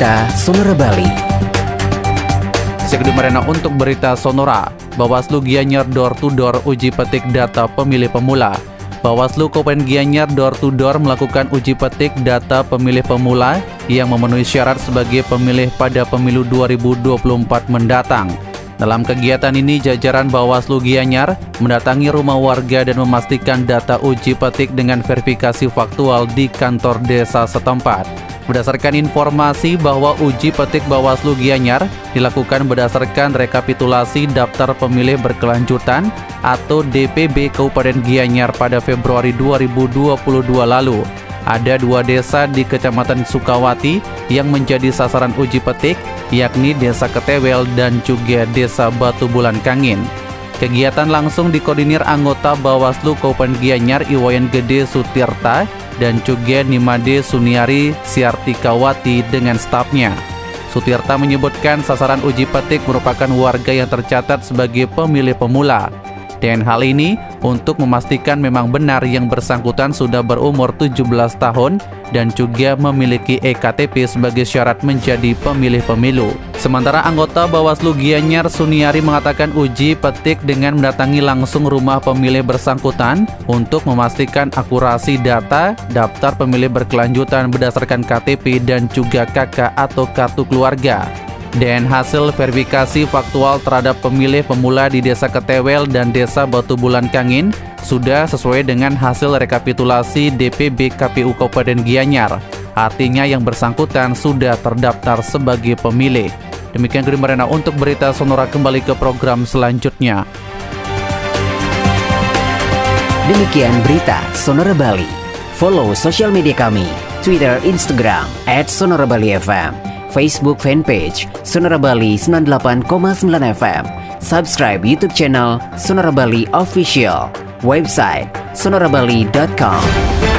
Berita Sonora Bali. Segede Marena untuk Berita Sonora. Bawaslu Gianyar door to door uji petik data pemilih pemula. Bawaslu Kabupaten Gianyar door to door melakukan uji petik data pemilih pemula yang memenuhi syarat sebagai pemilih pada pemilu 2024 mendatang. Dalam kegiatan ini, jajaran Bawaslu Gianyar mendatangi rumah warga dan memastikan data uji petik dengan verifikasi faktual di kantor desa setempat. Berdasarkan informasi bahwa uji petik Bawaslu Gianyar dilakukan berdasarkan rekapitulasi daftar pemilih berkelanjutan atau DPB Kabupaten Gianyar pada Februari 2022 lalu. Ada 2 desa di Kecamatan Sukawati yang menjadi sasaran uji petik, yakni Desa Ketewel dan juga Desa Batu Bulan Kangin. Kegiatan langsung dikoordinir anggota Bawaslu Kabupaten Gianyar Iwayan Gede Sutirta dan juga Nimade Suniari Siartikawati dengan stafnya. Sutirta menyebutkan sasaran uji petik merupakan warga yang tercatat sebagai pemilih pemula. Dan hal ini untuk memastikan memang benar yang bersangkutan sudah berumur 17 tahun dan juga memiliki EKTP sebagai syarat menjadi pemilih pemilu. Sementara anggota Bawaslu Gianyar Suniari mengatakan uji petik dengan mendatangi langsung rumah pemilih bersangkutan untuk memastikan akurasi data daftar pemilih berkelanjutan berdasarkan KTP dan juga KK atau kartu keluarga. Dan hasil verifikasi faktual terhadap pemilih pemula di Desa Ketewel dan Desa Batu Bulan Kangin sudah sesuai dengan hasil rekapitulasi DPB KPU Kabupaten Gianyar. Artinya yang bersangkutan sudah terdaftar sebagai pemilih. Demikian Gede Marena untuk Berita Sonora, kembali ke program selanjutnya. Demikian Berita Sonora Bali. Follow sosial media kami, Twitter, Instagram @SonoraBaliFM. Facebook fanpage Sonora Bali 98,9 FM. Subscribe YouTube channel Sonora Bali Official. Website sonorabali.com.